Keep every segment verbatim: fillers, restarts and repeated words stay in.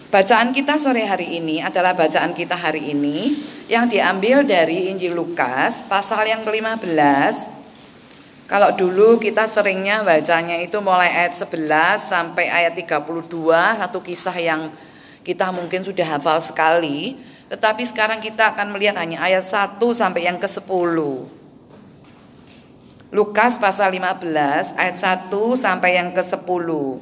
Bacaan kita sore hari ini adalah bacaan kita hari ini yang diambil dari Injil Lukas pasal yang kelima belas. Kalau dulu kita seringnya bacanya itu mulai ayat sebelas sampai ayat tiga puluh dua, satu kisah yang kita mungkin sudah hafal sekali. Tetapi sekarang kita akan melihat hanya ayat satu sampai yang ke sepuluh. Lukas pasal lima belas ayat satu sampai yang ke sepuluh.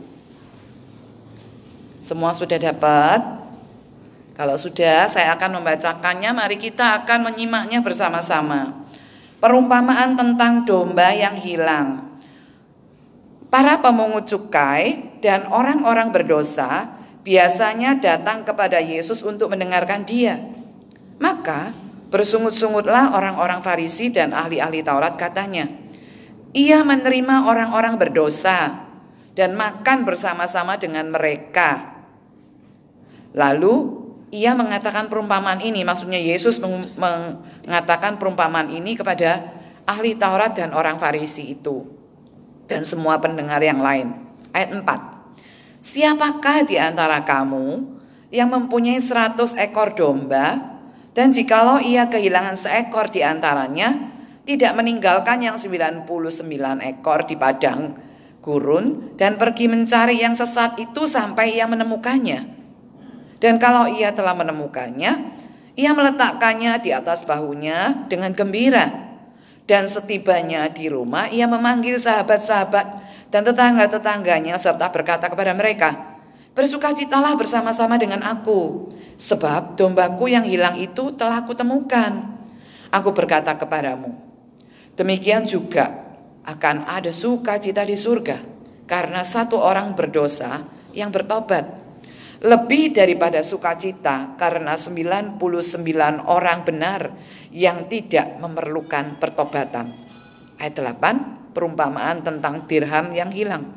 Semua sudah dapat? Kalau sudah, saya akan membacakannya. Mari kita akan menyimaknya bersama-sama. Perumpamaan tentang domba yang hilang. Para pemungut cukai dan orang-orang berdosa biasanya datang kepada Yesus untuk mendengarkan Dia. Maka bersungut-sungutlah orang-orang Farisi dan ahli-ahli Taurat, katanya, Ia menerima orang-orang berdosa dan makan bersama-sama dengan mereka. Lalu ia mengatakan perumpamaan ini, maksudnya Yesus mengatakan perumpamaan ini kepada ahli Taurat dan orang Farisi itu dan semua pendengar yang lain. Ayat empat. Siapakah di antara kamu yang mempunyai seratus ekor domba, dan jikalau ia kehilangan seekor di antaranya, tidak meninggalkan yang sembilan puluh sembilan ekor di padang gurun dan pergi mencari yang sesat itu sampai ia menemukannya? Dan kalau ia telah menemukannya, ia meletakkannya di atas bahunya dengan gembira. Dan setibanya di rumah, ia memanggil sahabat-sahabat dan tetangga-tetangganya serta berkata kepada mereka, bersukacitalah bersama-sama dengan aku, sebab dombaku yang hilang itu telah kutemukan. Aku berkata kepadamu, demikian juga akan ada sukacita di surga karena satu orang berdosa yang bertobat, lebih daripada sukacita karena sembilan puluh sembilan orang benar yang tidak memerlukan pertobatan. Ayat delapan, perumpamaan tentang dirham yang hilang.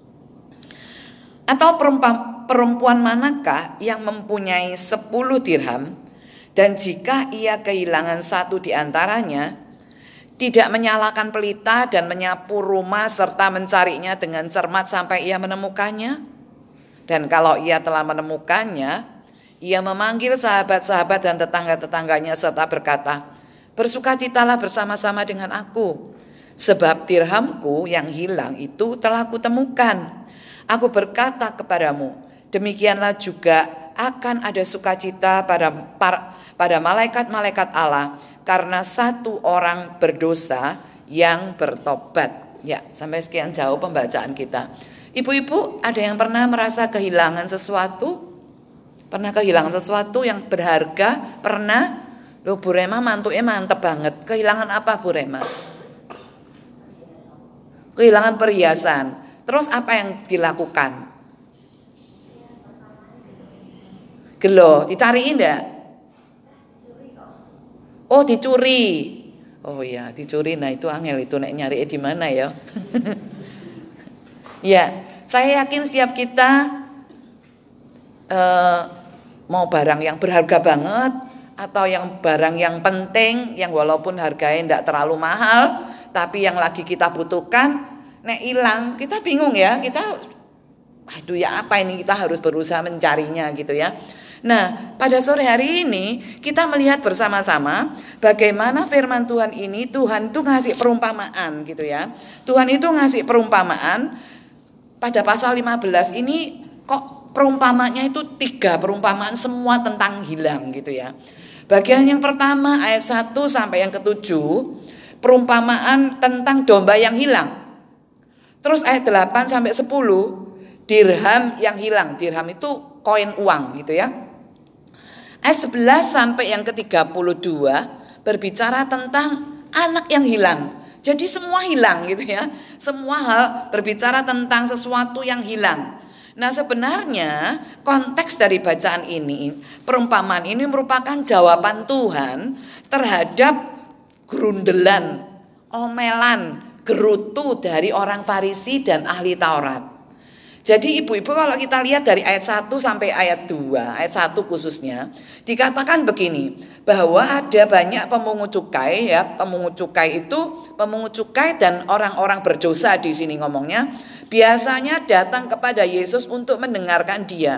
Atau perempuan manakah yang mempunyai sepuluh dirham, dan jika ia kehilangan satu di antaranya, tidak menyalakan pelita dan menyapu rumah serta mencarinya dengan cermat sampai ia menemukannya? Dan kalau ia telah menemukannya, ia memanggil sahabat-sahabat dan tetangga-tetangganya serta berkata, bersukacitalah bersama-sama dengan aku, sebab dirhamku yang hilang itu telah kutemukan. Aku berkata kepadamu, demikianlah juga akan ada sukacita pada pada malaikat-malaikat Allah karena satu orang berdosa yang bertobat. Ya, sampai sekian jauh pembacaan kita. Ibu-ibu, ada yang pernah merasa kehilangan sesuatu? Pernah kehilangan sesuatu yang berharga? Pernah? Loh, Bu Rema mantuknya mantep banget. Kehilangan apa, Bu Rema? Kehilangan perhiasan. Terus apa yang dilakukan? Gelo, dicariin enggak? Oh, dicuri. Oh ya, dicuri. Nah, itu angel itu nek nyari di mana ya? Ya, saya yakin setiap kita uh, mau barang yang berharga banget atau yang barang yang penting, yang walaupun harganya tidak terlalu mahal, tapi yang lagi kita butuhkan, nek hilang, kita bingung ya, kita, aduh ya apa ini, kita harus berusaha mencarinya gitu ya. Nah, pada sore hari ini kita melihat bersama-sama bagaimana firman Tuhan ini, Tuhan itu ngasih perumpamaan gitu ya. Tuhan itu ngasih perumpamaan. Pada pasal lima belas ini kok perumpamaannya itu tiga perumpamaan semua tentang hilang gitu ya. Bagian yang pertama ayat satu sampai yang ketujuh, perumpamaan tentang domba yang hilang. Terus ayat delapan sampai sepuluh, dirham yang hilang. Dirham itu koin uang gitu ya. Ayat sebelas sampai yang ke tiga puluh dua berbicara tentang anak yang hilang. Jadi semua hilang gitu ya. Semua hal berbicara tentang sesuatu yang hilang. Nah, sebenarnya konteks dari bacaan ini, perumpamaan ini merupakan jawaban Tuhan terhadap gerundelan, omelan, gerutu dari orang Farisi dan ahli Taurat. Jadi ibu-ibu kalau kita lihat dari ayat satu sampai ayat dua, ayat satu khususnya, dikatakan begini, bahwa ada banyak pemungut cukai ya, pemungut cukai itu, pemungut cukai dan orang-orang berdosa di sini ngomongnya, biasanya datang kepada Yesus untuk mendengarkan Dia.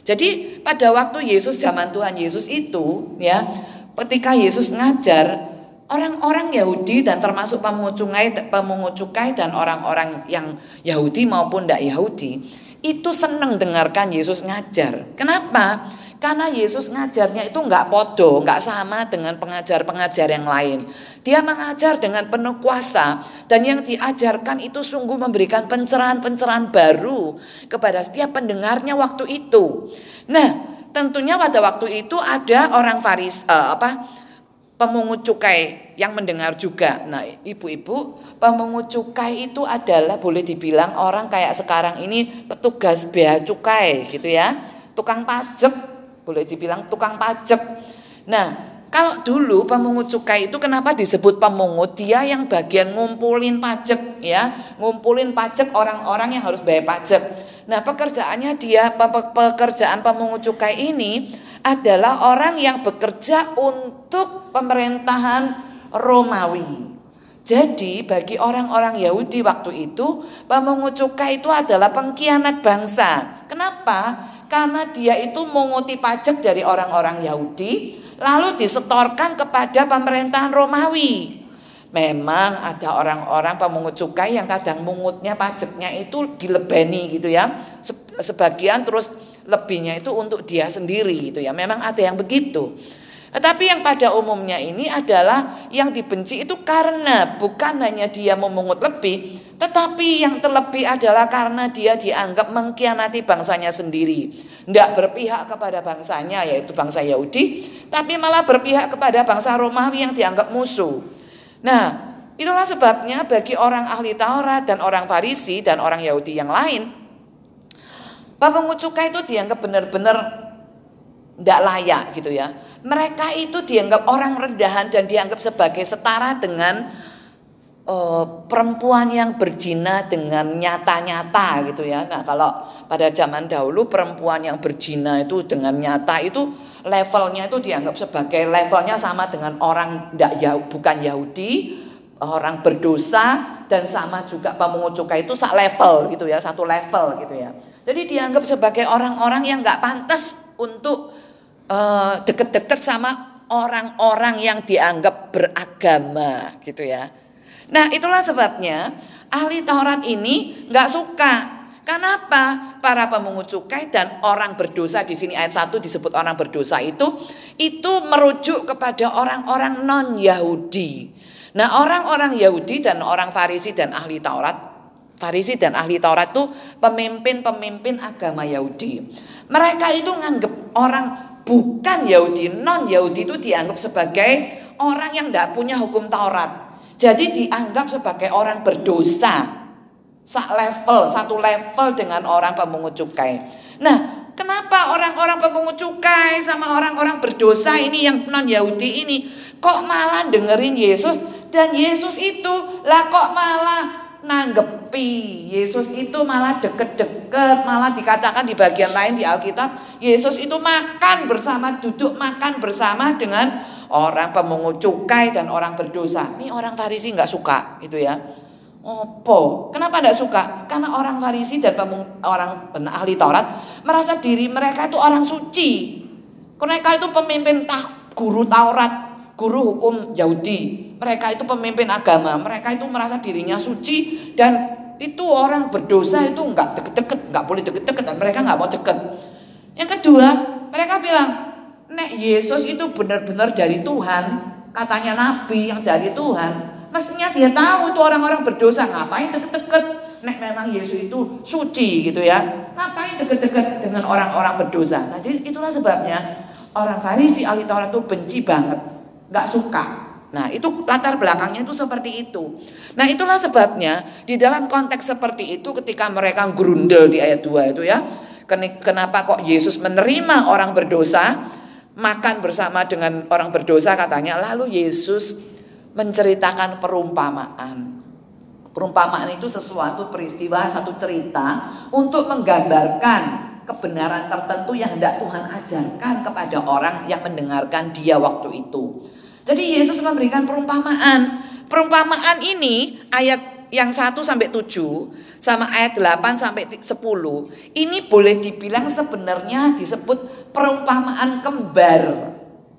Jadi pada waktu Yesus, zaman Tuhan Yesus itu ya, ketika Yesus ngajar, orang-orang Yahudi dan termasuk pemungut cukai, pemungut cukai dan orang-orang yang Yahudi maupun tidak Yahudi itu senang dengarkan Yesus ngajar. Kenapa? Karena Yesus ngajarnya itu nggak podo, nggak sama dengan pengajar-pengajar yang lain. Dia mengajar dengan penuh kuasa dan yang diajarkan itu sungguh memberikan pencerahan-pencerahan baru kepada setiap pendengarnya waktu itu. Nah, tentunya pada waktu itu ada orang Faris, uh, apa pemungut cukai yang mendengar juga. Nah, ibu-ibu, pemungut cukai itu adalah boleh dibilang orang kayak sekarang ini petugas bea cukai gitu ya, tukang pajak. Boleh dibilang tukang pajak. Nah, kalau dulu pemungut cukai itu kenapa disebut pemungut? Dia yang bagian ngumpulin pajak ya, ngumpulin pajak orang-orang yang harus bayar pajak. Nah, pekerjaannya dia, pekerjaan pemungut cukai ini adalah orang yang bekerja untuk pemerintahan Romawi. Jadi bagi orang-orang Yahudi waktu itu, pemungut cukai itu adalah pengkhianat bangsa. Kenapa? Karena dia itu menguti pajak dari orang-orang Yahudi, lalu disetorkan kepada pemerintahan Romawi. Memang ada orang-orang pemungut cukai yang kadang mungutnya pajaknya itu dilebani gitu ya, sebagian terus lebihnya itu untuk dia sendiri gitu ya. Memang ada yang begitu. Tetapi yang pada umumnya ini adalah yang dibenci itu karena bukan hanya dia memungut lebih, tetapi yang terlebih adalah karena dia dianggap mengkhianati bangsanya sendiri. Tidak berpihak kepada bangsanya yaitu bangsa Yahudi, tapi malah berpihak kepada bangsa Romawi yang dianggap musuh. Nah, itulah sebabnya bagi orang ahli Taurat dan orang Farisi dan orang Yahudi yang lain, pemungut cukai itu dianggap benar-benar tidak layak gitu ya. Mereka itu dianggap orang rendahan dan dianggap sebagai setara dengan uh, perempuan yang berzina dengan nyata-nyata gitu ya. Nah, kalau pada zaman dahulu perempuan yang berzina itu dengan nyata itu levelnya itu dianggap sebagai levelnya sama dengan orang tidak ya, bukan Yahudi, orang berdosa, dan sama juga pemungut cukai itu sak level gitu ya, satu level gitu ya. Jadi dianggap sebagai orang-orang yang nggak pantas untuk uh, deket-deket sama orang-orang yang dianggap beragama gitu ya. Nah, itulah sebabnya ahli Taurat ini nggak suka. Kenapa? Para pemungut cukai dan orang berdosa, di sini ayat satu disebut orang berdosa itu itu merujuk kepada orang-orang non-Yahudi. Nah, orang-orang Yahudi dan orang Farisi dan ahli Taurat, Farisi dan ahli Taurat itu pemimpin-pemimpin agama Yahudi. Mereka itu nganggap orang bukan Yahudi, non-Yahudi itu dianggap sebagai orang yang tidak punya hukum Taurat. Jadi dianggap sebagai orang berdosa. Sak level, satu level dengan orang pemungut cukai. Nah, kenapa orang-orang pemungut cukai sama orang-orang berdosa ini yang non-Yahudi ini kok malah dengerin Yesus, dan Yesus itu lah kok malah nanggepi. Yesus itu malah deket-deket, malah dikatakan di bagian lain di Alkitab, Yesus itu makan bersama, duduk makan bersama dengan orang pemungut cukai dan orang berdosa. Ini orang Farisi nggak suka gitu ya. Opo? Kenapa tidak suka? Karena orang Farisi dan orang ahli Taurat merasa diri mereka itu orang suci. Mereka itu pemimpin guru Taurat, guru hukum Yahudi. Mereka itu pemimpin agama. Mereka itu merasa dirinya suci dan itu orang berdosa itu nggak deket-deket, nggak boleh deket-deket dan mereka nggak mau deket. Yang kedua, mereka bilang, nek Yesus itu benar-benar dari Tuhan, katanya Nabi yang dari Tuhan. Mestinya dia tahu itu orang-orang berdosa, ngapain deket-deket. Nek memang Yesus itu suci gitu ya, ngapain deket-deket dengan orang-orang berdosa. Nah, jadi itulah sebabnya orang Farisi ahli Taurat itu benci banget, gak suka. Nah, itu latar belakangnya itu seperti itu. Nah, itulah sebabnya di dalam konteks seperti itu ketika mereka grundel di ayat dua itu ya, kenapa kok Yesus menerima orang berdosa, makan bersama dengan orang berdosa katanya. Lalu Yesus menceritakan perumpamaan. Perumpamaan itu sesuatu peristiwa, satu cerita untuk menggambarkan kebenaran tertentu yang hendak Tuhan ajarkan kepada orang yang mendengarkan dia waktu itu. Jadi Yesus memberikan perumpamaan. Perumpamaan ini ayat yang satu sampai tujuh sama ayat delapan sampai sepuluh ini boleh dibilang sebenarnya disebut perumpamaan kembar.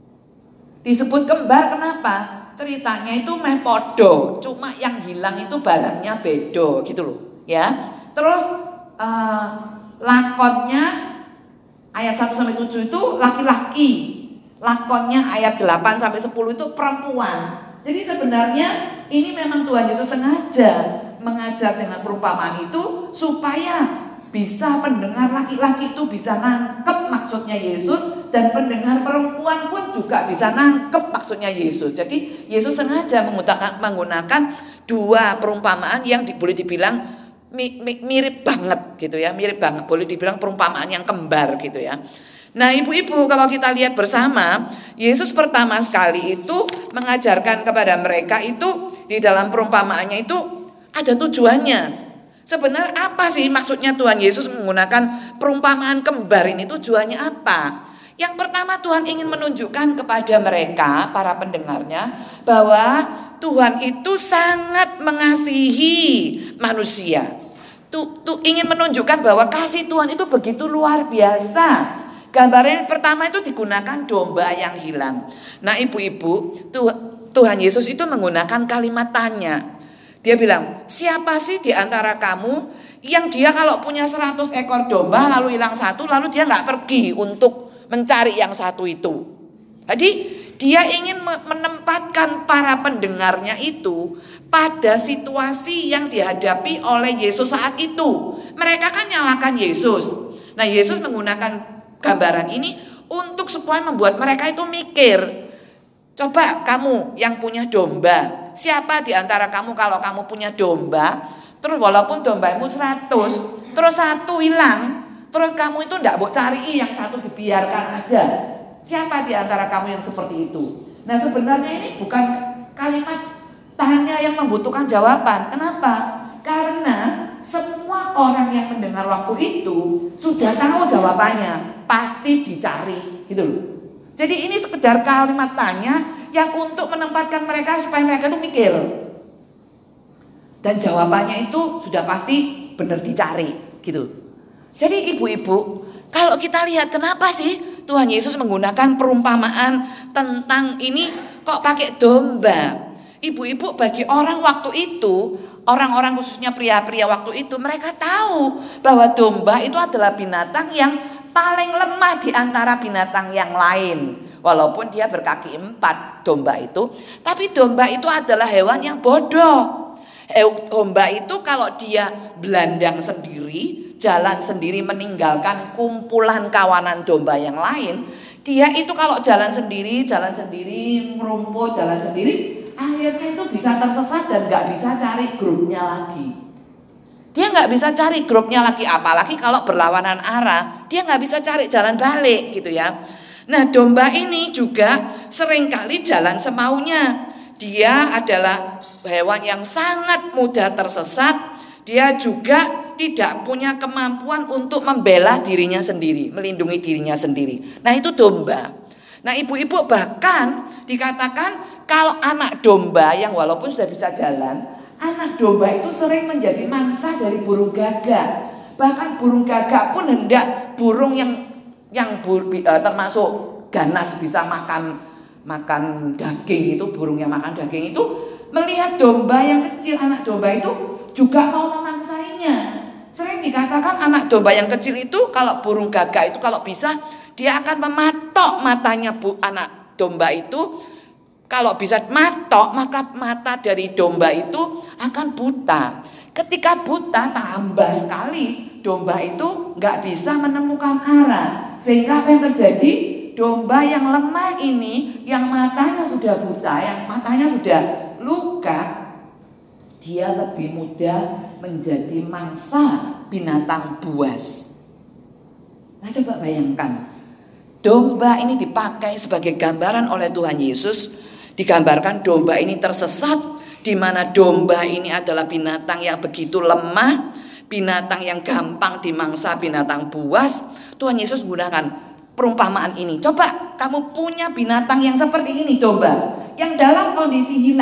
Disebut kembar kenapa? Ceritanya itu meh podo, cuma yang hilang itu barangnya bedo gitu loh, ya. Terus uh, lakonnya ayat satu sampai tujuh itu laki-laki. Lakonnya ayat delapan sampai sepuluh itu perempuan. Jadi sebenarnya ini memang Tuhan Yesus sengaja mengajar dengan perumpamaan itu supaya bisa pendengar laki-laki itu bisa nangkep maksudnya Yesus, dan pendengar perempuan pun juga bisa nangkep maksudnya Yesus. Jadi Yesus sengaja menggunakan, menggunakan dua perumpamaan yang di, boleh dibilang mi, mi, mirip banget gitu ya, mirip banget, boleh dibilang perumpamaan yang kembar gitu ya. Nah ibu-ibu, kalau kita lihat bersama, Yesus pertama sekali itu mengajarkan kepada mereka itu di dalam perumpamaannya itu ada tujuannya. Sebenarnya apa sih maksudnya Tuhan Yesus menggunakan perumpamaan kembar ini, tujuannya apa? Yang pertama, Tuhan ingin menunjukkan kepada mereka, para pendengarnya, bahwa Tuhan itu sangat mengasihi manusia. Tuh, tuh ingin menunjukkan bahwa kasih Tuhan itu begitu luar biasa. Gambaran pertama itu digunakan domba yang hilang. Nah ibu-ibu, Tuhan Yesus itu menggunakan kalimat tanya. Dia bilang, siapa sih di antara kamu yang dia kalau punya seratus ekor domba lalu hilang satu, lalu dia gak pergi untuk mencari yang satu itu. Jadi dia ingin menempatkan para pendengarnya itu pada situasi yang dihadapi oleh Yesus saat itu. Mereka kan nyalakan Yesus. Nah Yesus menggunakan gambaran ini untuk supaya membuat mereka itu mikir. Coba kamu yang punya domba, siapa di antara kamu kalau kamu punya domba, terus walaupun dombamu seratus, terus satu hilang, terus kamu itu enggak mau cari yang satu dibiarkan aja. Siapa di antara kamu yang seperti itu? Nah sebenarnya ini bukan kalimat tanya yang membutuhkan jawaban. Kenapa? Karena semua orang yang mendengar waktu itu sudah tahu jawabannya, pasti dicari gitu loh. Jadi ini sekedar kalimat tanya yang untuk menempatkan mereka supaya mereka itu mikir. Dan jawabannya itu sudah pasti benar dicari gitu. Jadi ibu-ibu, kalau kita lihat kenapa sih Tuhan Yesus menggunakan perumpamaan tentang ini kok pakai domba? Ibu-ibu, bagi orang waktu itu, orang-orang khususnya pria-pria waktu itu, mereka tahu bahwa domba itu adalah binatang yang paling lemah di antara binatang yang lain. Walaupun dia berkaki empat, domba itu, tapi domba itu adalah hewan yang bodoh. Domba itu kalau dia belandang sendiri, jalan sendiri meninggalkan kumpulan kawanan domba yang lain, dia itu kalau jalan sendiri, jalan sendiri, merumput, jalan sendiri, akhirnya itu bisa tersesat dan gak bisa cari grupnya lagi. Dia gak bisa cari grupnya lagi, apalagi kalau berlawanan arah, dia gak bisa cari jalan balik gitu ya. Nah domba ini juga seringkali jalan semaunya. Dia adalah hewan yang sangat mudah tersesat. Dia juga tidak punya kemampuan untuk membela dirinya sendiri, melindungi dirinya sendiri. Nah itu domba. Nah ibu-ibu, bahkan dikatakan kalau anak domba yang walaupun sudah bisa jalan, anak domba itu sering menjadi mangsa dari burung gagak. Bahkan burung gagak pun hendak burung yang yang bur, uh, termasuk ganas bisa makan makan daging itu, burung yang makan daging itu melihat domba yang kecil, anak domba itu juga mau memangsainya. Sering dikatakan anak domba yang kecil itu kalau burung gagak itu kalau bisa dia akan mematok matanya bu, anak domba itu. Kalau bisa matok, maka mata dari domba itu akan buta. Ketika buta, tambah sekali domba itu nggak bisa menemukan arah. Sehingga apa yang terjadi? Domba yang lemah ini, yang matanya sudah buta, yang matanya sudah luka, dia lebih mudah menjadi mangsa binatang buas. Nah coba bayangkan, domba ini dipakai sebagai gambaran oleh Tuhan Yesus. Digambarkan domba ini tersesat, di mana domba ini adalah binatang yang begitu lemah, binatang yang gampang dimangsa binatang buas. Tuhan Yesus menggunakan perumpamaan ini. Coba kamu punya binatang yang seperti ini, domba, yang dalam kondisi hilang.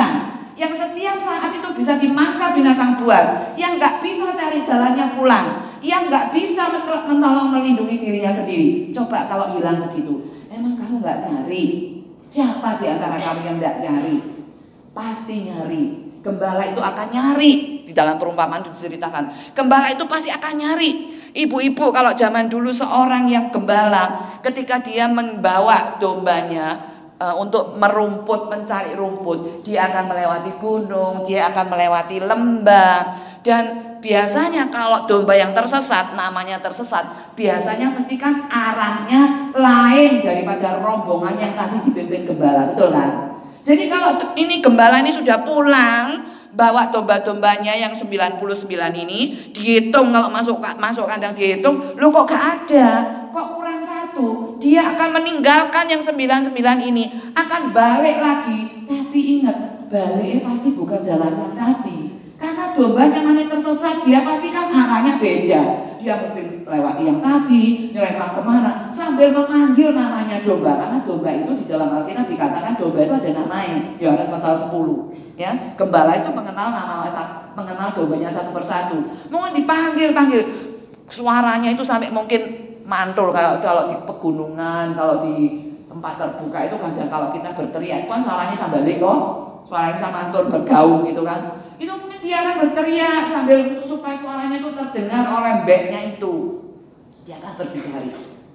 yang setiap saat itu bisa dimangsa binatang buas, yang nggak bisa cari jalannya pulang, yang nggak bisa menolong melindungi dirinya sendiri. Coba kalau hilang begitu, emang kamu nggak nyari? Siapa di antara kamu yang nggak nyari? Pasti nyari. Gembala itu akan nyari. Di dalam perumpamaan itu diceritakan, gembala itu pasti akan nyari. Ibu-ibu kalau zaman dulu seorang yang gembala, ketika dia membawa dombanya untuk merumput, mencari rumput, dia akan melewati gunung, dia akan melewati lembah. Dan biasanya kalau domba yang tersesat, namanya tersesat, biasanya mesti kan arahnya lain daripada rombongan yang tadi dipimpin gembala, betul kan? Jadi kalau ini gembala ini sudah pulang, bawa domba-dombanya yang sembilan puluh sembilan ini, dihitung, kalau masuk masuk kandang dihitung, lu kok gak ada, kok kurang satu, dia akan meninggalkan yang sembilan puluh sembilan ini, akan balik lagi. Tapi ingat, baliknya pasti bukan jalan yang tadi, karena dombanya mana tersesat, dia pasti kan arahnya beda. Dia mungkin lewati yang tadi, nyerempang kemana, sambil memanggil namanya domba. Karena domba itu di dalam Alkitab dikatakan domba itu ada namanya, Yohanes pasal sepuluh. Ya, gembala itu mengenal nama, mengenal dombanya satu persatu. Mungkin dipanggil-panggil, suaranya itu sampai mungkin mantul. Kalau kalau di pegunungan, kalau di tempat terbuka itu kadang kalau kita berteriak, kan suaranya sambil balik kok, suaranya sama mantul bergaung gitu kan. Itu mungkin dia akan berteriak sambil supaya suaranya itu terdengar oleh mbeknya itu. Dia akan berbicara.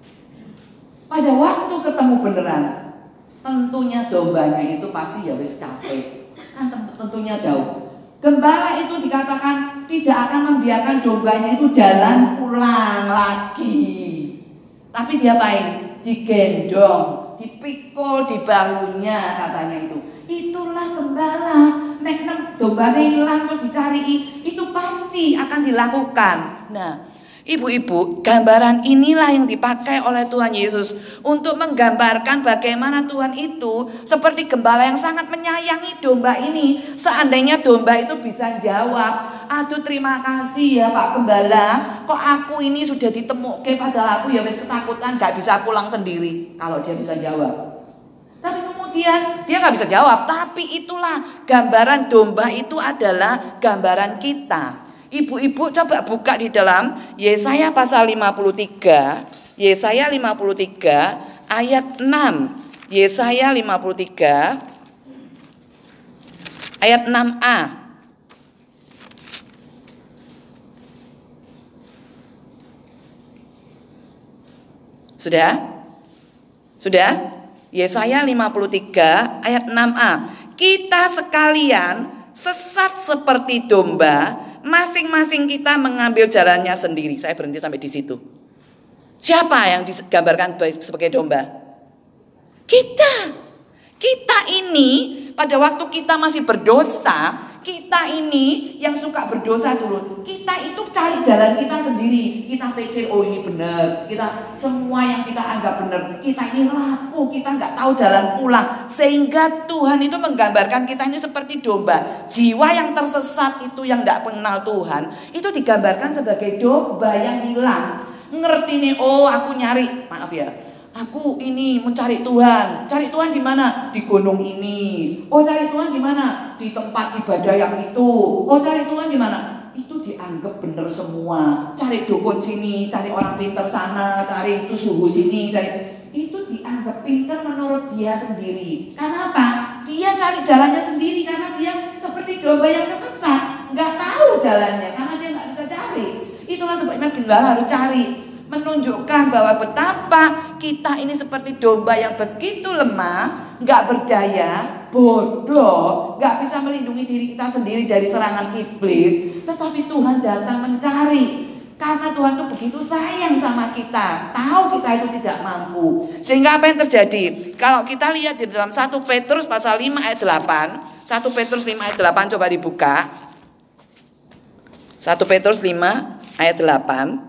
Pada waktu ketemu beneran, tentunya dombanya itu pasti ya wis capek. Kan tentunya jauh. Gembala itu dikatakan tidak akan membiarkan dombanya itu jalan pulang lagi. Tapi dia apain? Digendong, dipikul di bahunya katanya itu. Itulah gembala. Nek dombanya hilang terus dicari, itu pasti akan dilakukan. Nah, ibu-ibu, gambaran inilah yang dipakai oleh Tuhan Yesus untuk menggambarkan bagaimana Tuhan itu seperti gembala yang sangat menyayangi domba ini. Seandainya domba itu bisa jawab, aduh terima kasih ya Pak Gembala, kok aku ini sudah ditemukan, padahal aku ya wis ketakutan gak bisa pulang sendiri. Kalau dia bisa jawab. Tapi kemudian dia gak bisa jawab. Tapi itulah gambaran domba itu adalah gambaran kita. Ibu-ibu coba buka di dalam Yesaya pasal lima puluh tiga, Yesaya lima puluh tiga ayat enam. Yesaya lima puluh tiga ayat enam a. Sudah? Sudah? Yesaya lima puluh tiga ayat enam a. Kita sekalian sesat seperti domba, masing-masing kita mengambil jalannya sendiri. Saya berhenti sampai di situ. Siapa yang digambarkan sebagai domba? Kita. Kita ini pada waktu kita masih berdosa, kita ini yang suka berdosa dulu, kita itu cari jalan kita sendiri. Kita pikir oh ini benar, kita semua yang kita anggap benar, kita ini rapuh, kita nggak tahu jalan pulang. Sehingga Tuhan itu menggambarkan kita ini seperti domba. Jiwa yang tersesat itu, yang nggak mengenal Tuhan, itu digambarkan sebagai domba yang hilang. Ngerti nih, oh aku nyari, maaf ya, aku ini mencari Tuhan. Cari Tuhan di mana? Di gunung ini. Oh, cari Tuhan di mana? Di tempat ibadah yang itu. Oh, cari Tuhan di mana? Itu dianggap benar semua. Cari dukun sini, cari orang pintar sana, cari itu suhu sini, cari itu dianggap pintar menurut dia sendiri. Karena apa? Dia cari jalannya sendiri karena dia seperti domba yang tersesat, nggak tahu jalannya karena dia nggak bisa cari. Itulah sebabnya gembala harus cari, menunjukkan bahwa betapa kita ini seperti domba yang begitu lemah, nggak berdaya, bodoh, nggak bisa melindungi diri kita sendiri dari serangan iblis. Tetapi Tuhan datang mencari, karena Tuhan itu begitu sayang sama kita, tahu kita itu tidak mampu. Sehingga apa yang terjadi? Kalau kita lihat di dalam satu Petrus pasal lima ayat delapan, satu Petrus lima ayat delapan, coba dibuka. satu Petrus lima ayat delapan.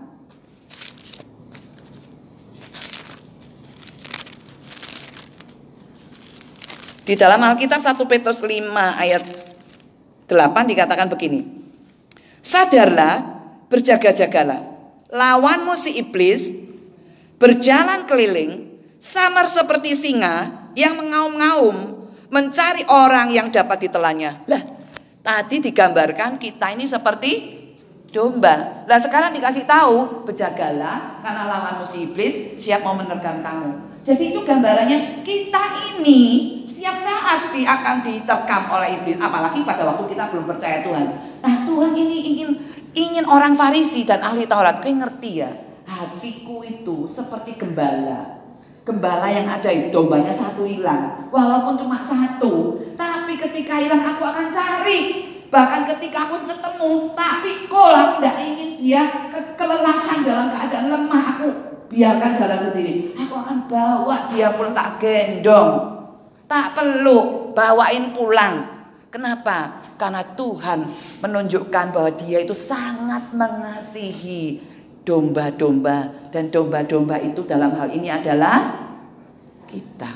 Di dalam Alkitab satu Petrus lima ayat delapan dikatakan begini. Sadarlah, berjaga-jagalah. Lawanmu si iblis berjalan keliling, samar seperti singa yang mengaum-ngaum, mencari orang yang dapat ditelannya. Lah, tadi digambarkan kita ini seperti domba. Lah sekarang dikasih tahu, berjagalah karena lawanmu si iblis siap mau menerkam kamu. Jadi itu gambarannya kita ini siap saat di, akan diterkam oleh iblis. Apalagi pada waktu kita belum percaya Tuhan. Nah Tuhan ini ingin ingin orang Farisi dan ahli Taurat. Kau ngerti ya, hatiku itu seperti gembala. Gembala yang ada itu dombanya satu hilang. Walaupun cuma satu, tapi ketika hilang aku akan cari. Bahkan ketika aku ketemu, tapi kok aku tidak ingin dia ke kelelahan dalam keadaan lemah, aku biarkan jalan sendiri. Aku akan bawa dia pulang, tak gendong, tak peluk, bawain pulang. Kenapa? Karena Tuhan menunjukkan bahwa dia itu sangat mengasihi domba-domba. Dan domba-domba itu dalam hal ini adalah kita.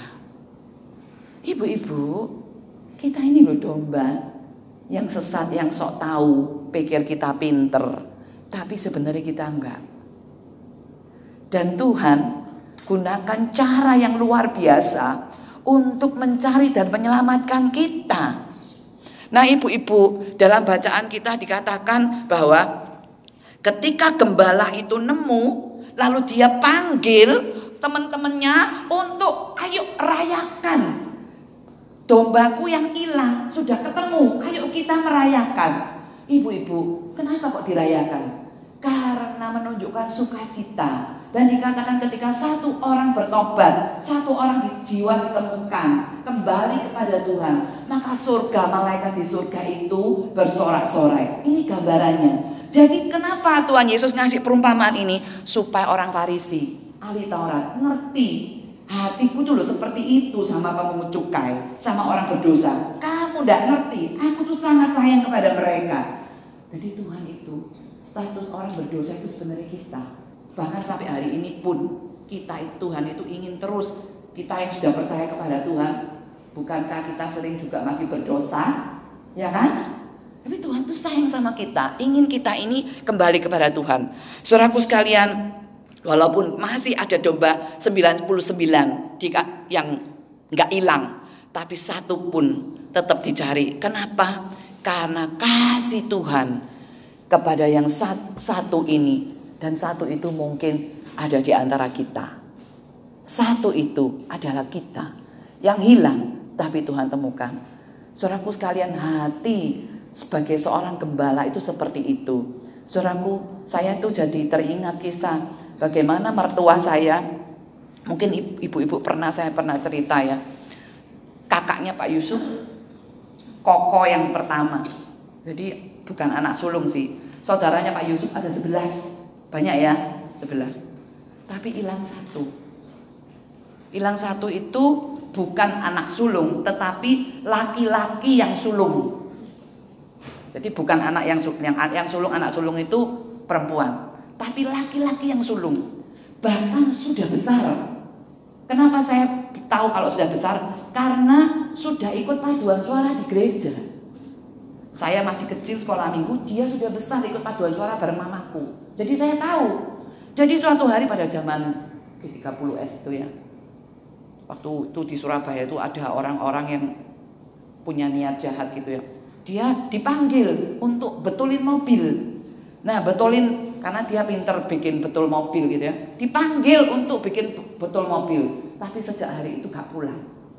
Ibu-ibu, kita ini loh domba yang sesat, yang sok tahu, pikir kita pinter, tapi sebenarnya kita enggak. Dan Tuhan gunakan cara yang luar biasa untuk mencari dan menyelamatkan kita. Nah ibu-ibu, dalam bacaan kita dikatakan bahwa ketika gembala itu nemu, lalu dia panggil teman-temannya untuk ayo rayakan. Dombaku yang hilang sudah ketemu, ayo kita merayakan. Ibu-ibu, kenapa kok dirayakan? Karena menunjukkan sukacita. Dan dikatakan ketika satu orang bertobat, satu orang jiwa ditemukan, kembali kepada Tuhan, maka surga, malaikat di surga itu bersorak-sorai. Ini gambarannya. Jadi kenapa Tuhan Yesus ngasih perumpamaan ini? Supaya orang Farisi, ahli Taurat, ngerti. Hatiku tuh loh seperti itu sama pemungut cukai, sama orang berdosa. Kamu tidak ngerti, aku tuh sangat sayang kepada mereka. Jadi Tuhan itu, status orang berdosa itu sebenarnya kita. Bahkan sampai hari ini pun kita Tuhan itu ingin terus, kita yang sudah percaya kepada Tuhan, bukankah kita sering juga masih berdosa? Ya kan? Tapi Tuhan tuh sayang sama kita, ingin kita ini kembali kepada Tuhan. Saudaraku sekalian, walaupun masih ada domba sembilan puluh sembilan yang nggak hilang, tapi satu pun tetap dicari. Kenapa? Karena kasih Tuhan kepada yang satu ini. Dan satu itu mungkin ada di antara kita. Satu itu adalah kita yang hilang, tapi Tuhan temukan. Saudaraku sekalian, hati sebagai seorang gembala itu seperti itu. Saudaraku, saya tuh jadi teringat kisah bagaimana mertua saya. Mungkin ibu-ibu pernah, saya pernah cerita ya. Kakaknya Pak Yusuf, Koko yang pertama. Jadi bukan anak sulung sih. Saudaranya Pak Yusuf ada sebelas. Banyak ya, sebelas. Tapi hilang satu. Hilang satu itu bukan anak sulung, tetapi laki-laki yang sulung. Jadi bukan anak yang yang yang sulung, anak sulung itu perempuan, tapi laki-laki yang sulung. Bahkan sudah besar. Kenapa saya tahu kalau sudah besar? Karena sudah ikut paduan suara di gereja. Saya masih kecil sekolah minggu, dia sudah besar ikut paduan suara bareng mamaku. Jadi saya tahu. Jadi suatu hari pada zaman G tiga puluh S itu ya, waktu itu di Surabaya itu ada orang-orang yang punya niat jahat gitu ya. Dia dipanggil untuk betulin mobil. Nah betulin, karena dia pinter bikin betul mobil gitu ya. Dipanggil untuk bikin betul mobil. Tapi sejak hari itu gak pulang.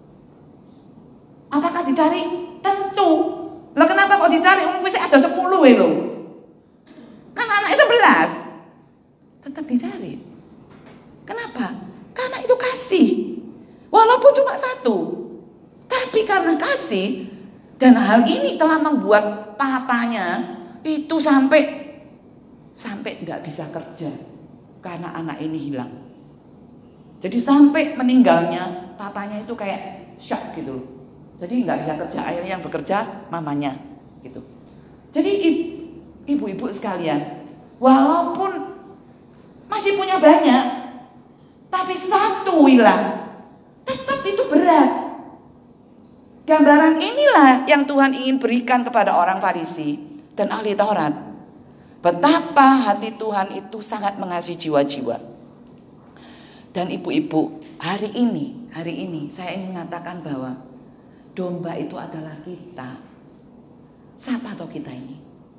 Apakah dicari? Tentu. Lah kenapa kok dicari? Mungkin ada sepuluh ya loh. Kan anaknya sebelas. Tetap dicari. Kenapa? Karena itu kasih. Walaupun cuma satu. Tapi karena kasih. Dan hal ini telah membuat papanya itu sampai sampai nggak bisa kerja karena anak ini hilang. Jadi sampai meninggalnya papanya itu kayak shock gitu. Jadi nggak bisa kerja, akhirnya yang bekerja mamanya gitu. Jadi ibu-ibu sekalian, walaupun masih punya banyak, tapi satu hilang, tetap itu berat. Gambaran inilah yang Tuhan ingin berikan kepada orang Farisi dan ahli Taurat. Betapa hati Tuhan itu sangat mengasihi jiwa-jiwa. Dan ibu-ibu, hari ini, hari ini saya ingin mengatakan bahwa domba itu adalah kita. Siapa toh kita ini?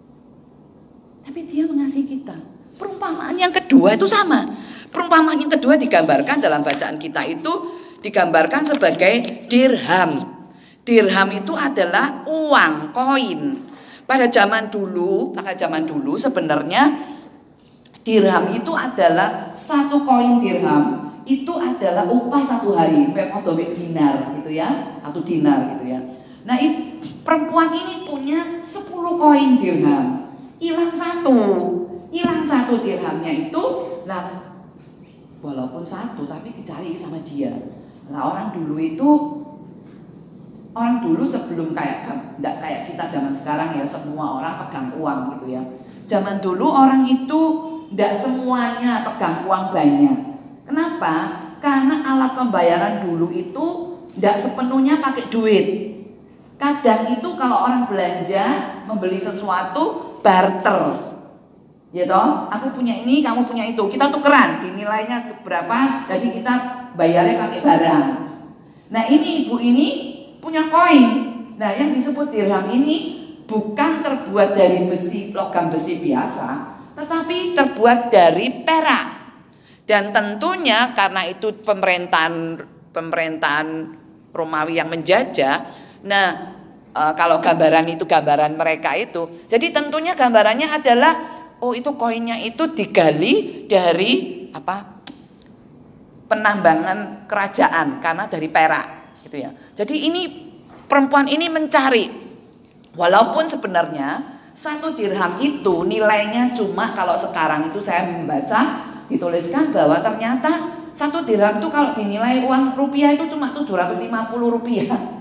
Tapi dia mengasihi kita. Perumpamaan yang kedua itu sama. Perumpamaan yang kedua digambarkan dalam bacaan kita itu digambarkan sebagai dirham. Dirham itu adalah uang, koin. Pada zaman dulu, pada zaman dulu sebenarnya dirham itu adalah satu koin dirham itu adalah upah satu hari, pemodobek dinar gitu ya, satu dinar gitu ya. Nah, perempuan ini punya sepuluh koin dirham, hilang satu, hilang satu dirhamnya itu. Nah, walaupun satu tapi dicari sama dia. Nah, orang dulu itu, orang dulu sebelum kayak enggak kayak kita zaman sekarang ya, semua orang pegang uang gitu ya. Zaman dulu orang itu enggak semuanya pegang uang banyak. Kenapa? Karena alat pembayaran dulu itu enggak sepenuhnya pakai duit. Kadang itu kalau orang belanja membeli sesuatu barter, ya toh, aku punya ini, kamu punya itu, kita tukeran, dinilainya berapa, jadi kita bayarnya pakai barang. Nah, ini ibu ini punya koin. Nah, yang disebut dirham ini bukan terbuat dari besi, logam besi biasa, tetapi terbuat dari perak. Dan tentunya karena itu pemerintahan pemerintahan Romawi yang menjajah. Nah, e, kalau gambaran itu gambaran mereka itu, jadi tentunya gambarannya adalah oh itu koinnya itu digali dari apa? Penambangan kerajaan karena dari perak gitu ya. Jadi ini perempuan ini mencari, walaupun sebenarnya satu dirham itu nilainya cuma, kalau sekarang itu saya membaca dituliskan bahwa ternyata satu dirham itu kalau dinilai uang rupiah itu cuma tujuh ratus lima puluh rupiah.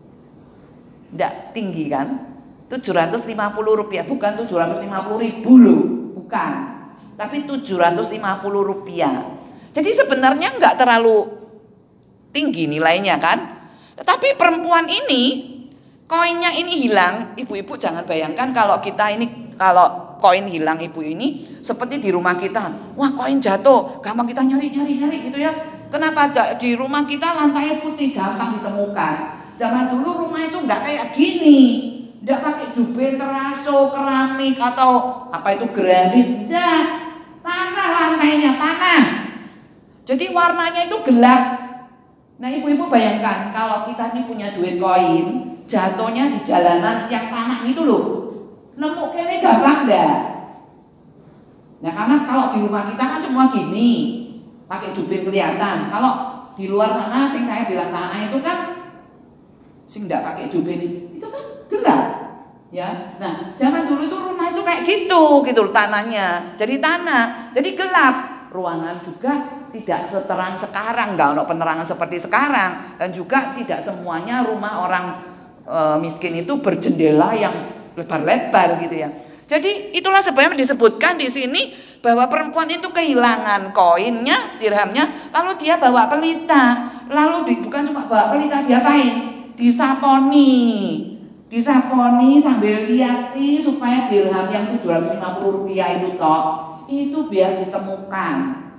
Tidak tinggi kan? tujuh ratus lima puluh rupiah, bukan tujuh ratus lima puluh ribu loh, bukan. Tapi tujuh ratus lima puluh rupiah. Jadi sebenarnya nggak terlalu tinggi nilainya kan? Tetapi perempuan ini, koinnya ini hilang. Ibu-ibu jangan bayangkan kalau kita ini, kalau koin hilang ibu ini seperti di rumah kita. Wah, koin jatuh, gampang kita nyari-nyari-nyari gitu ya. Kenapa di rumah kita lantai putih gampang ditemukan? Zaman dulu rumah itu nggak kayak gini, nggak pakai jubin teraso, keramik atau apa itu granit, nggak, tanah lantainya tanah. Jadi warnanya itu gelap. Nah, ibu-ibu bayangkan kalau kita ini punya duit koin, jatuhnya di jalanan yang tanah itu loh, nemu kayaknya gampang nggak? Nah, karena kalau di rumah kita kan semua gini, pakai jubin kelihatan. Kalau di luar sana, sing saya bilang tanah itu kan sing enggak pakai jubin itu kan gelap ya. Nah, zaman dulu itu rumah itu kayak gitu gitu tanahnya, jadi tanah, jadi gelap. Ruangan juga tidak seterang sekarang, enggak ada penerangan seperti sekarang, dan juga tidak semuanya rumah orang e, miskin itu berjendela yang lebar-lebar gitu ya. Jadi itulah sebenarnya disebutkan di sini bahwa perempuan itu kehilangan koinnya, dirhamnya, lalu dia bawa pelita, lalu bukan cuma bawa pelita, dia apain? Disaponi, disaponi sambil liati supaya dirham yang tujuh ratus lima puluh rupiah itu toh, itu biar ditemukan.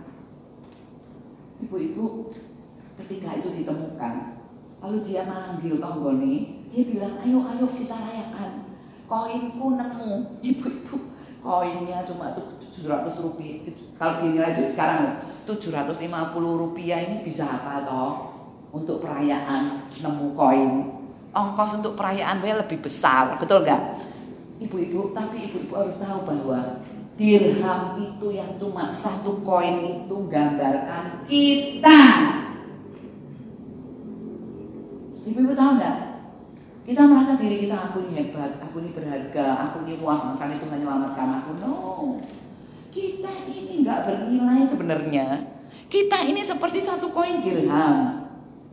Ibu-ibu, ketika itu ditemukan, lalu dia manggil tonggoni, dia bilang, ayo ayo kita rayakan, koinku nemu. Ibu-ibu, koinnya cuma tujuh ratus rupiah. Kalau dinilai duit sekarang tujuh ratus lima puluh rupiah ini bisa apa toh? Untuk perayaan nemu koin, ongkos untuk perayaan lebih besar, betul nggak? Ibu-ibu, tapi ibu-ibu harus tahu bahwa dirham itu yang cuma satu koin itu gambarkan kita. Ibu-ibu tahu nggak? Kita merasa diri kita, aku ini hebat, aku ini berharga, aku ini wah, makan itu menyelamatkan aku. No, kita ini nggak bernilai sebenarnya. Kita ini seperti satu koin dirham.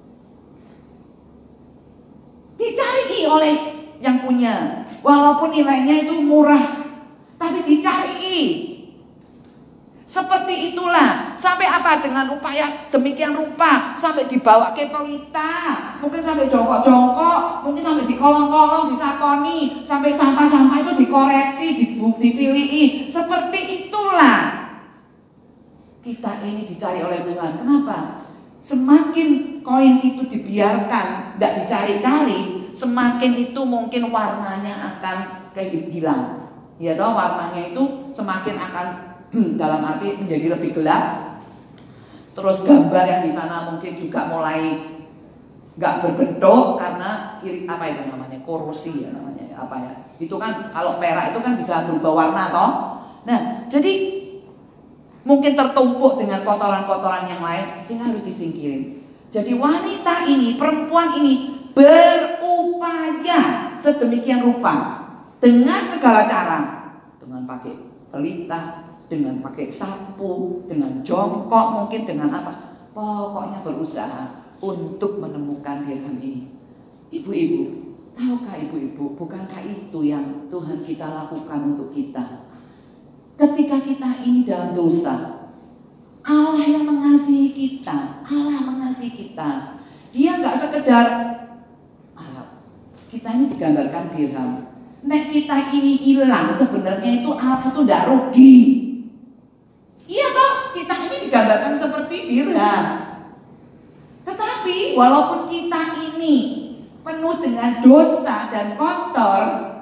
Dicari oleh yang punya, walaupun nilainya itu murah, tapi dicari. Seperti itulah, sampai apa dengan upaya demikian rupa, sampai dibawa ke pelita, mungkin sampai jongkok-jongkok, mungkin sampai di kolong-kolong, disaponi, sampai sampah-sampah itu dikoreksi, dipilih. Seperti itulah kita ini dicari oleh Tuhan. Kenapa? Semakin koin itu dibiarkan, tidak dicari-cari, semakin itu mungkin warnanya akan kayak hilang. Ya toh, warnanya itu semakin akan dalam arti menjadi lebih gelap. Terus gambar yang di sana mungkin juga mulai nggak berbentuk karena apa itu namanya, korosi ya namanya, apa ya? Itu kan kalau perak itu kan bisa berubah warna toh. Nah, jadi mungkin tertumpuk dengan kotoran-kotoran yang lain sehingga harus disingkirin. Jadi wanita ini, perempuan ini berupaya sedemikian rupa dengan segala cara, dengan pakai pelita, dengan pakai sapu, dengan jongkok, mungkin dengan apa, pokoknya berusaha untuk menemukan dirham ini. Ibu-ibu, tahukah ibu-ibu, bukankah itu yang Tuhan kita lakukan untuk kita? Ketika kita ini dalam dosa, Allah yang mengasihi kita, Allah mengasihi kita. Dia nggak sekedar Allah. Kita ini digambarkan dirham. Nek kita ini hilang, sebenarnya itu Allah itu tidak rugi. Iya toh, kita ini digambarkan seperti dirham. Tetapi walaupun kita ini penuh dengan dosa dan kotor,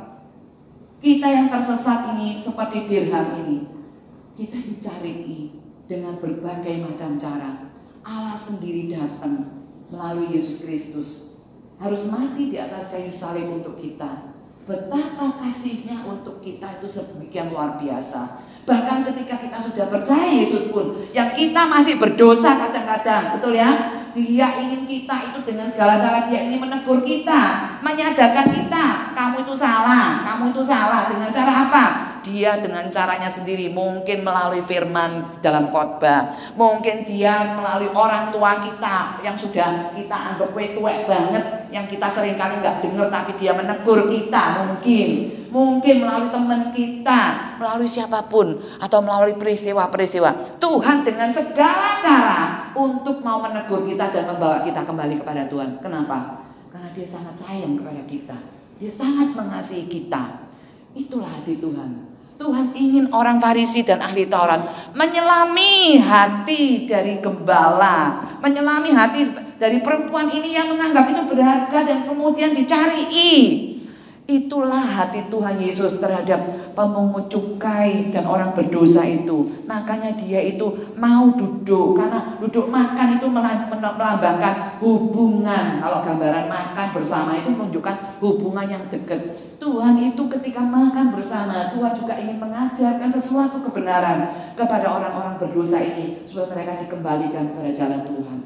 kita yang tersesat ini seperti dirham ini, kita dicari dengan berbagai macam cara. Allah sendiri datang melalui Yesus Kristus, harus mati di atas kayu salib untuk kita. Betapa kasihnya untuk kita itu sedemikian luar biasa. Bahkan ketika kita sudah percaya Yesus pun, yang kita masih berdosa kadang-kadang, betul ya? Dia ingin kita itu dengan segala cara, dia ingin menegur kita, menyadarkan kita, kamu itu salah, kamu itu salah. Dengan cara apa? Dia dengan caranya sendiri, mungkin melalui firman dalam khotbah, mungkin dia melalui orang tua kita yang sudah kita anggap wis tuwek banget, yang kita seringkali nggak dengar tapi dia menegur kita, mungkin mungkin melalui teman kita, melalui siapapun, atau melalui peristiwa-peristiwa. Tuhan dengan segala cara untuk mau menegur kita dan membawa kita kembali kepada Tuhan. Kenapa? Karena dia sangat sayang kepada kita, dia sangat mengasihi kita. Itulah hati Tuhan. Tuhan ingin orang Farisi dan ahli Taurat menyelami hati dari gembala, menyelami hati dari perempuan ini yang menganggap itu berharga dan kemudian dicari. Itulah hati Tuhan Yesus terhadap pemungut cukai dan orang berdosa itu. Makanya dia itu mau duduk, karena duduk makan itu melambangkan hubungan. Kalau gambaran makan bersama itu menunjukkan hubungan yang dekat. Tuhan itu ketika makan bersama, Tuhan juga ingin mengajarkan sesuatu kebenaran kepada orang-orang berdosa ini, supaya mereka dikembalikan kepada jalan Tuhan.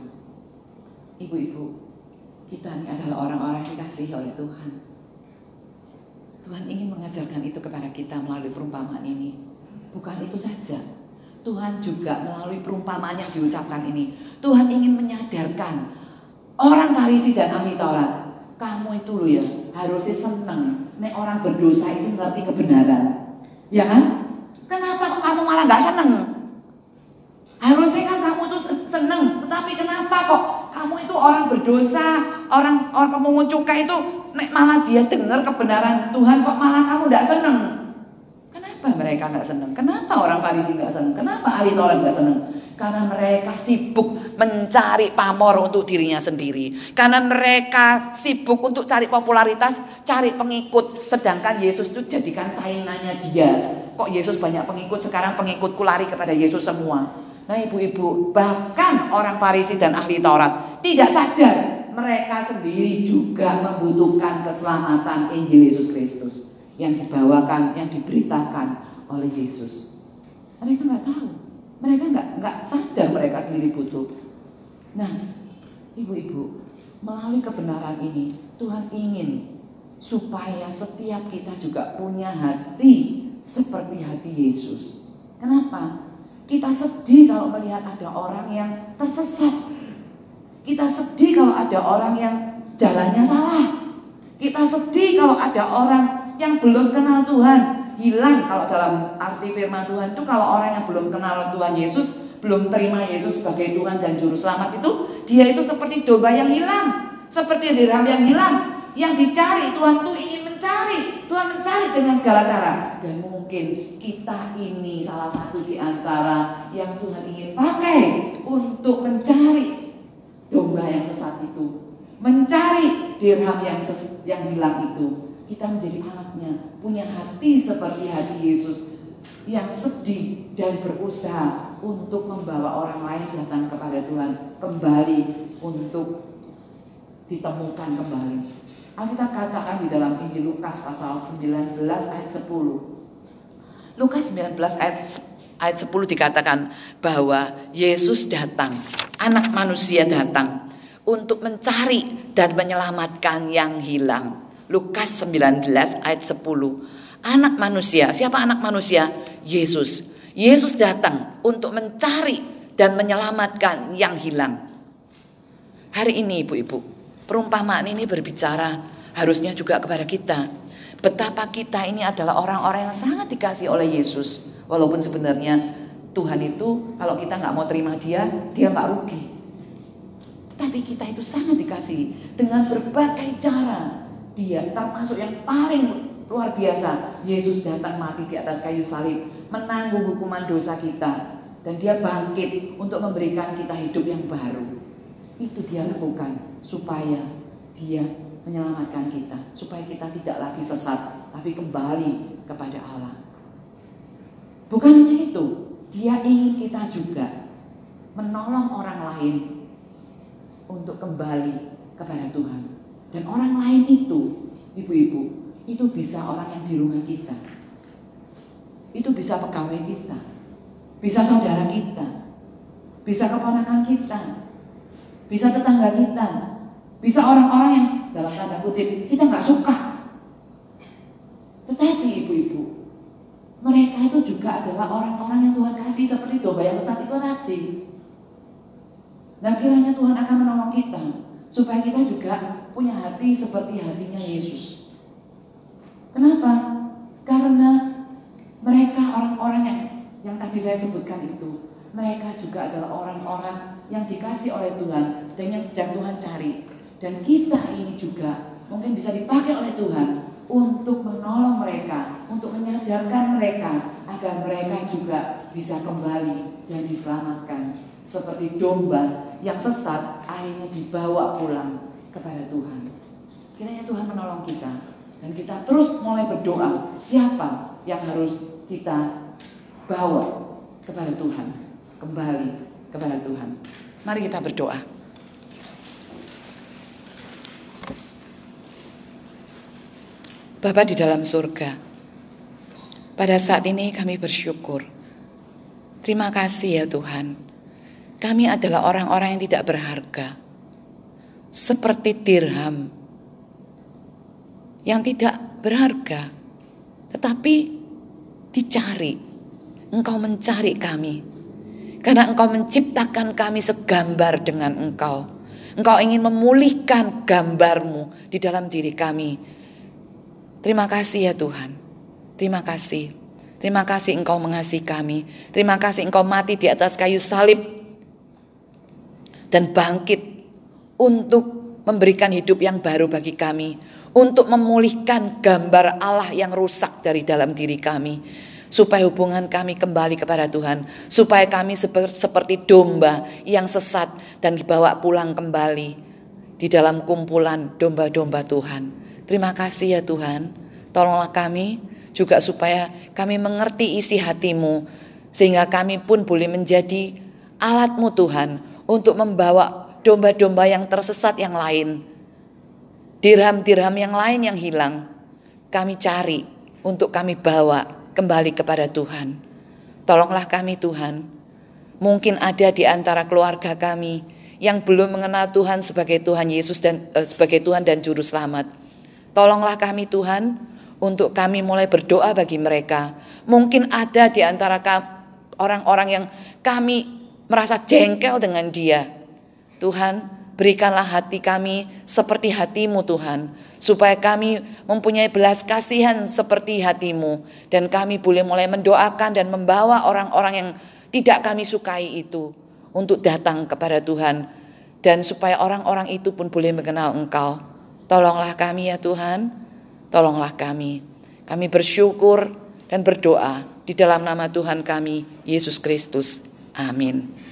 Ibu-ibu, kita ini adalah orang-orang yang dikasihi oleh Tuhan. Tuhan ingin mengajarkan itu kepada kita melalui perumpamaan ini. Bukan itu saja, Tuhan juga melalui perumpamaan yang diucapkan ini, Tuhan ingin menyadarkan orang Farisi dan ahli Taurat, kamu itu loh ya harusnya senang nek orang berdosa itu mengerti kebenaran, ya kan? Kenapa kok kamu malah gak senang? Harusnya kan kamu itu senang, tetapi kenapa kok kamu itu orang berdosa, orang orang pemungut cukai itu nek malah dia dengar kebenaran Tuhan, kok malah kamu tidak senang? Kenapa mereka nggak senang? Kenapa orang Farisi nggak senang? Kenapa ahli Taurat nggak senang? Karena mereka sibuk mencari pamor untuk dirinya sendiri. Karena mereka sibuk untuk cari popularitas, cari pengikut. Sedangkan Yesus itu jadikan saingannya dia. Kok Yesus banyak pengikut, sekarang pengikutku lari kepada Yesus semua. Nah ibu-ibu, bahkan orang Farisi dan ahli Taurat tidak sadar mereka sendiri juga membutuhkan keselamatan Injil Yesus Kristus yang dibawakan, yang diberitakan oleh Yesus. Mereka nggak tahu, mereka nggak nggak sadar mereka sendiri butuh. Nah, ibu-ibu, melalui kebenaran ini Tuhan ingin supaya setiap kita juga punya hati seperti hati Yesus. Kenapa? Kita sedih kalau melihat ada orang yang tersesat. Kita sedih kalau ada orang yang jalannya salah. Kita sedih kalau ada orang yang belum kenal Tuhan, hilang. Kalau dalam arti firman Tuhan itu, kalau orang yang belum kenal Tuhan Yesus, belum terima Yesus sebagai Tuhan dan Juru Selamat itu, dia itu seperti domba yang hilang, seperti dirham yang hilang, yang dicari. Tuhan tuh ingin mencari, Tuhan mencari dengan segala cara. Dan mungkin kita ini salah satu di antara yang Tuhan ingin pakai untuk mencari domba yang sesat sesat itu, mencari dirham yang ses- yang hilang itu. Kita menjadi anaknya, punya hati seperti hati Yesus yang sedih dan berusaha untuk membawa orang lain datang kepada Tuhan, kembali untuk ditemukan kembali. Alkitab katakan di dalam Injil Lukas pasal sembilan belas ayat sepuluh. Lukas sembilan belas ayat ayat sepuluh dikatakan bahwa Yesus datang, anak manusia datang untuk mencari dan menyelamatkan yang hilang. Lukas sembilan belas ayat sepuluh. Anak manusia, siapa anak manusia? Yesus. Yesus datang untuk mencari dan menyelamatkan yang hilang. Hari ini ibu-ibu, perumpamaan ini berbicara harusnya juga kepada kita. Betapa kita ini adalah orang-orang yang sangat dikasih oleh Yesus. Walaupun sebenarnya Tuhan itu kalau kita gak mau terima dia, dia gak rugi. Tetapi kita itu sangat dikasih dengan berbagai cara. Dia termasuk yang paling luar biasa. Yesus datang mati di atas kayu salib, menanggung hukuman dosa kita, dan dia bangkit untuk memberikan kita hidup yang baru. Itu dia lakukan supaya dia menyelamatkan kita, supaya kita tidak lagi sesat, tapi kembali kepada Allah. Bukan hanya itu, dia ingin kita juga menolong orang lain untuk kembali kepada Tuhan. Dan orang lain itu, ibu-ibu, itu bisa orang yang di rumah kita, itu bisa pegawai kita, bisa saudara kita, bisa keponakan kita, bisa tetangga kita, bisa orang-orang yang dalam tanda kutip kita gak suka. Tetapi ibu-ibu, mereka itu juga adalah orang-orang yang Tuhan kasih seperti domba yang sesat itu tadi. Nah, kiranya Tuhan akan menolong kita supaya kita juga punya hati seperti hatinya Yesus. Kenapa? Karena mereka orang-orang yang yang tadi saya sebutkan itu, mereka juga adalah orang-orang yang dikasih oleh Tuhan dan yang sedang Tuhan cari. Dan kita ini juga mungkin bisa dipakai oleh Tuhan untuk menolong mereka, untuk menyadarkan mereka agar mereka juga bisa kembali dan diselamatkan. Seperti domba yang sesat akhirnya dibawa pulang kepada Tuhan. Kiranya Tuhan menolong kita dan kita terus mulai berdoa, siapa yang harus kita bawa kepada Tuhan, kembali kepada Tuhan. Mari kita berdoa. Bapa di dalam surga, pada saat ini kami bersyukur. Terima kasih ya Tuhan. Kami adalah orang-orang yang tidak berharga, seperti dirham yang tidak berharga, tetapi dicari. Engkau mencari kami, karena Engkau menciptakan kami segambar dengan Engkau. Engkau ingin memulihkan gambar-Mu di dalam diri kami. Terima kasih ya Tuhan. Terima kasih. Terima kasih Engkau mengasihi kami. Terima kasih Engkau mati di atas kayu salib dan bangkit untuk memberikan hidup yang baru bagi kami, untuk memulihkan gambar Allah yang rusak dari dalam diri kami, supaya hubungan kami kembali kepada Tuhan, supaya kami seperti domba yang sesat dan dibawa pulang kembali di dalam kumpulan domba-domba Tuhan. Terima kasih ya Tuhan. Tolonglah kami juga supaya kami mengerti isi hati-Mu, sehingga kami pun boleh menjadi alat-Mu Tuhan untuk membawa domba-domba yang tersesat yang lain, dirham-dirham yang lain yang hilang, kami cari untuk kami bawa kembali kepada Tuhan. Tolonglah kami Tuhan. Mungkin ada di antara keluarga kami yang belum mengenal Tuhan sebagai Tuhan Yesus dan eh, sebagai Tuhan dan Juru Selamat. Tolonglah kami Tuhan untuk kami mulai berdoa bagi mereka. Mungkin ada di antara orang-orang yang kami merasa jengkel dengan dia. Tuhan, berikanlah hati kami seperti hati-Mu Tuhan, supaya kami mempunyai belas kasihan seperti hati-Mu, dan kami boleh mulai mendoakan dan membawa orang-orang yang tidak kami sukai itu untuk datang kepada Tuhan, dan supaya orang-orang itu pun boleh mengenal Engkau. Tolonglah kami ya Tuhan, tolonglah kami. Kami bersyukur dan berdoa di dalam nama Tuhan kami, Yesus Kristus. Amin.